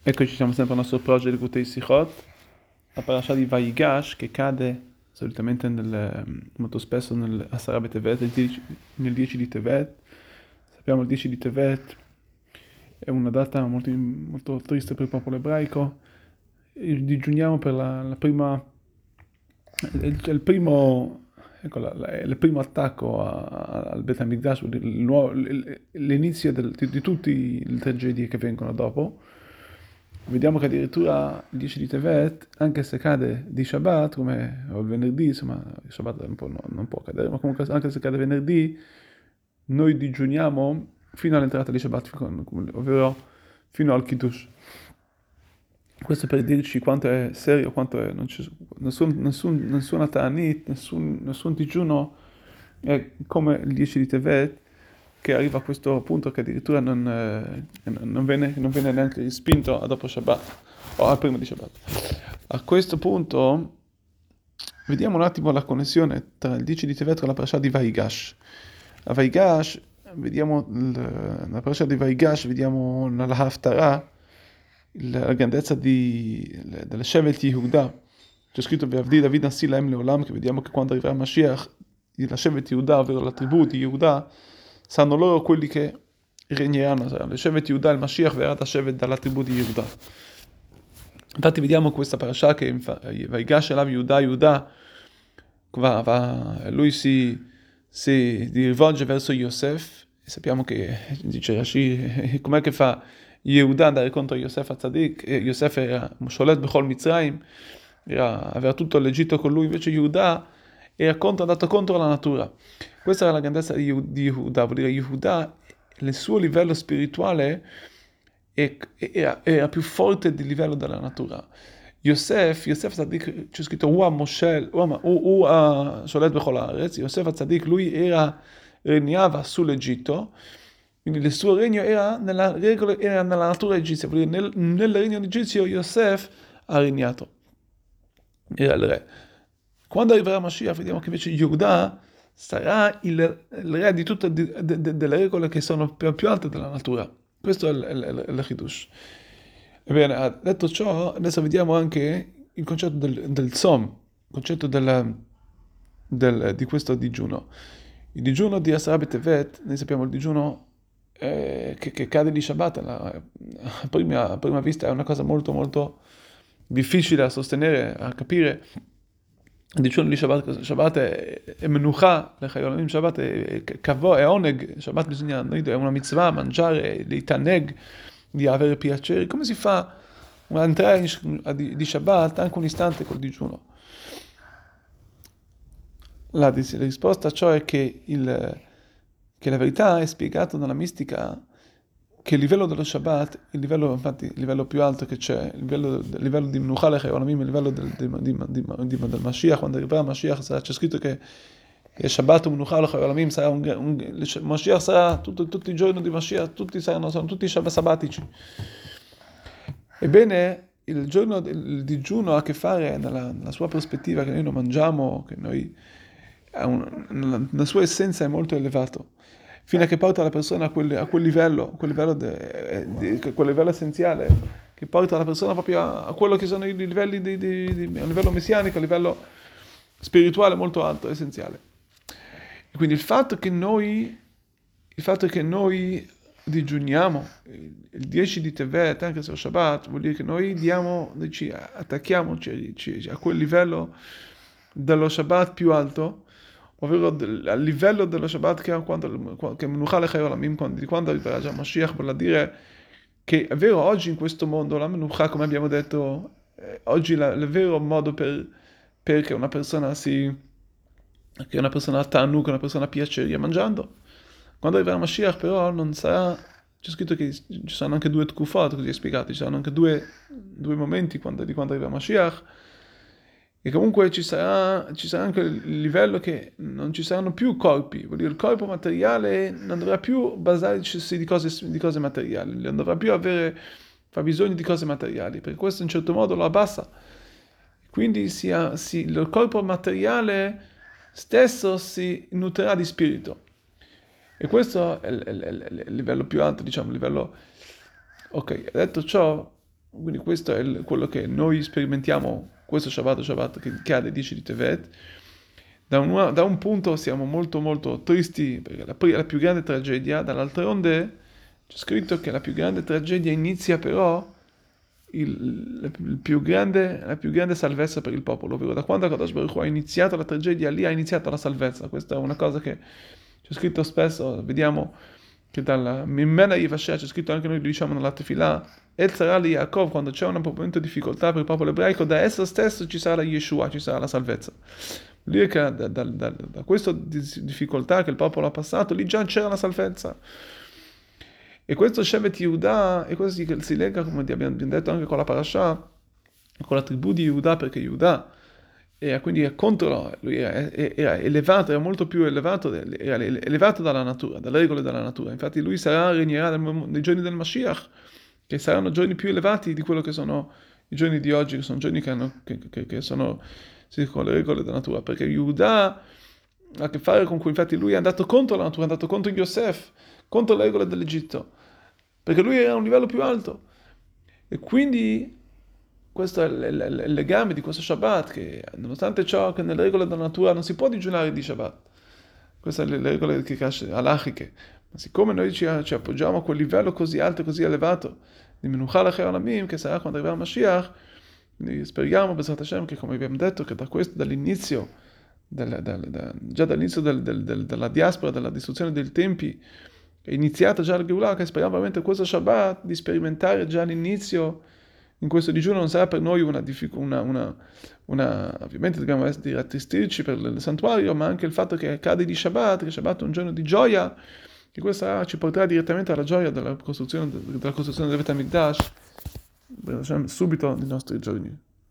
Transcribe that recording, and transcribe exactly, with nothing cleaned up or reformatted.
Eccoci, siamo sempre al nostro progetto di Kutei Sichot, la parasha di Vayigash che cade solitamente nel, molto spesso nel Asara Betevet, nel dieci nel dieci di Tevet. Sappiamo il dieci di Tevet è una data molto, molto triste per il popolo ebraico. E digiuniamo per la, la prima, il, il primo, ecco, la- la- il primo attacco a- a- al Bet HaMikdash, il nuovo- l'inizio del- di, di tutte le tragedie che vengono dopo. Vediamo che addirittura il dieci di Tevet, anche se cade di Shabbat, come o il venerdì, insomma, il Shabbat un po' no- non può cadere, ma comunque anche se cade venerdì, noi digiuniamo fino all'entrata di Shabbat, ovvero fino al Kiddush. Questo per dirci quanto è serio, quanto è, non c'è nessun, nessun, nessuna ta'anit, nessun, nessun digiuno è come il dieci di Tevet, che arriva a questo punto che addirittura non, eh, non viene, non viene neanche rispinto a dopo Shabbat, o a prima di Shabbat. A questo punto vediamo un attimo la connessione tra il dieci di Tevet e la parasha di Vaigash. A Vaigash, vediamo il- nella parasha di Vaigash, vediamo nella Haftarah, il- la grandezza di, delle Shevet Yehuda. C'è scritto Ve'avdi David Nasi Laem Leolam, che vediamo che quando arriverà Mashiach, la Shevet Yehuda, ovvero la tribù di Yehuda, saranno loro quelli che regneranno. Saranno le Shevet Yehuda, il Mashiach verrà da Shevet dalla tribù di Yehuda. Infatti vediamo questa parasha che Vaigash Elav Yehuda Yehuda, va, va, lui si, si rivolge verso Yosef, e sappiamo che, dice Rashi, com'è che fa Yehuda andare contro Yosef Atzadik? E Yosef era Sholet Bechol Mitzrayim, era, aveva tutto l'Egitto con lui, invece Yehuda era contro, andato contro la natura. Questa era la grandezza di, Yehu- di Yehuda, vuol dire Yehuda, il suo livello spirituale è- era, era più forte del livello della natura. Yosef, Yosef Tzadik, c'è scritto Ua Moshe, Ua Ua Sholet Bechol Haaretz. Yosef Tzadik, lui era, regnava sull'Egitto, quindi il suo regno era nella, regola, era nella natura egizia, vuol dire nel, nel regno egizio Yosef ha regnato, era il re. Quando arriverà Mashiach, vediamo che invece Yehuda sarà il, il re di tutte di, de, de, delle regole che sono più, più alte della natura. Questo è il, il, il, il Chidush. Ebbene, detto ciò, adesso vediamo anche il concetto del, del Tzom, il concetto del, del, di questo digiuno. Il digiuno di Asara B'Tevet, noi sappiamo il digiuno eh, che, che cade di Shabbat, la, a, prima, a prima vista è una cosa molto molto difficile da sostenere, a capire. Il digiuno di Shabbat, Shabbat è, è menucha, l'Chayolamim Shabbat è kavod, è oneg, Shabbat bisogna, è una mitzvah, mangiare, di taneg, di avere piacere. Come si fa a entrare in, di, di Shabbat anche un istante col digiuno? La, la risposta a ciò è che, il, che la verità è spiegata nella mistica che il livello dello Shabbat, il livello, infatti, il livello più alto che c'è, il livello, il livello di Menucha Lechayolamim, il livello del, di, di, di, di, del Mashiach, quando arriverà Mashiach sarà, c'è scritto che che Shabbat Menucha Lechayolamim sarà un, un, il Mashiach sarà tutto, tutti i giorni di Mashiach, tutti saranno, sono tutti Shabbat sabbatici. Ebbene, il giorno del digiuno ha a che fare nella, nella sua prospettiva che noi non mangiamo, che noi un, nella, nella sua essenza è molto elevato, fino a che porta la persona a quel, a quel livello, quel livello, de, de, quel livello essenziale, che porta la persona proprio a, a quello che sono i livelli di, di, di, a livello messianico, a livello spirituale molto alto, essenziale. E quindi il fatto che noi, il fatto che noi digiuniamo il dieci di Tevet, anche se è Shabbat, vuol dire che noi diamo, noi ci attacchiamo ci, ci, a quel livello dello Shabbat più alto, ovvero del, al livello dello Shabbat che, quando, che Menucha Lechayolamim, quando, di quando arriverà già Mashiach, vuol dire che è vero oggi in questo mondo la Menucha, come abbiamo detto, eh, oggi la, il vero modo per, perché una persona si che una persona ha tanuk, una persona ha piacere mangiando. Quando arriverà Mashiach però non sarà, c'è scritto che ci saranno anche due tkufot, così è spiegato, ci saranno anche due, due momenti quando, di quando arriverà Mashiach, e comunque ci sarà, ci sarà anche il livello che non ci saranno più corpi, vuol dire il corpo materiale non dovrà più basarsi di cose, di cose materiali, non dovrà più avere, fa bisogno di cose materiali, perché questo in certo modo lo abbassa. Quindi si ha, si, il corpo materiale stesso si nutrirà di spirito. E questo è il, il- il- il livello più alto, diciamo, il livello... Ok, detto ciò, quindi questo è il- quello che noi sperimentiamo questo Shabbat, Shabbat che cade dieci di Tevet. Da un, da un punto siamo molto molto tristi perché la, pri- la più grande tragedia, dall'altronde c'è scritto che la più grande tragedia inizia però il, il più grande, la più grande salvezza per il popolo, ovvero da quando Kadosh Baruch Hu ha iniziato la tragedia, lì ha iniziato la salvezza. Questa è una cosa che c'è scritto spesso, vediamo che dalla Mimena Yivashea c'è scritto anche noi lo diciamo nella Tefillah, El Tzara li Yaakov, quando c'è un momento di difficoltà per il popolo ebraico, da esso stesso ci sarà la Yeshua, ci sarà la salvezza. Vuol dire che da, da, da, da questa difficoltà che il popolo ha passato, lì già c'era la salvezza. E questo Shevet Yehuda, e questo si, si lega, come abbiamo detto anche con la Parashah, con la tribù di Yehuda, perché Yehuda era quindi contro, lui era, era elevato, era molto più elevato, era elevato dalla natura, dalle regole della natura. Infatti lui sarà, regnerà nei giorni del Mashiach, che saranno giorni più elevati di quello che sono i giorni di oggi, che sono giorni che, hanno, che, che, che sono sì, con le regole della natura, perché Yehuda ha a che fare con cui infatti lui è andato contro la natura, è andato contro Yosef, contro le regole dell'Egitto, perché lui era a un livello più alto. E quindi questo è il, il- il legame di questo Shabbat, che nonostante ciò che nelle regole della natura non si può digiunare di Shabbat, queste sono le regole che, halachiche, ma siccome noi ci, ci appoggiamo a quel livello così alto e così elevato di Menucha L'Achei Olamim, che sarà quando arriverà il Mashiach, quindi speriamo, Bezrat Hashem, che come abbiamo detto, che da questo, dall'inizio, del- del- da- già dall'inizio del- del- del- della diaspora, della distruzione dei tempi, è iniziata già la Geulah, che speriamo veramente questo Shabbat di sperimentare già all'inizio, in questo digiuno non sarà per noi una difficoltà, una, una, una- ovviamente dobbiamo essere rattristirci per il santuario, ma anche il fatto che cade di Shabbat, che Shabbat è un giorno di gioia, che questo ci porterà direttamente alla gioia della costruzione, della costruzione del Bet HaMikdash, subito nei nostri giorni.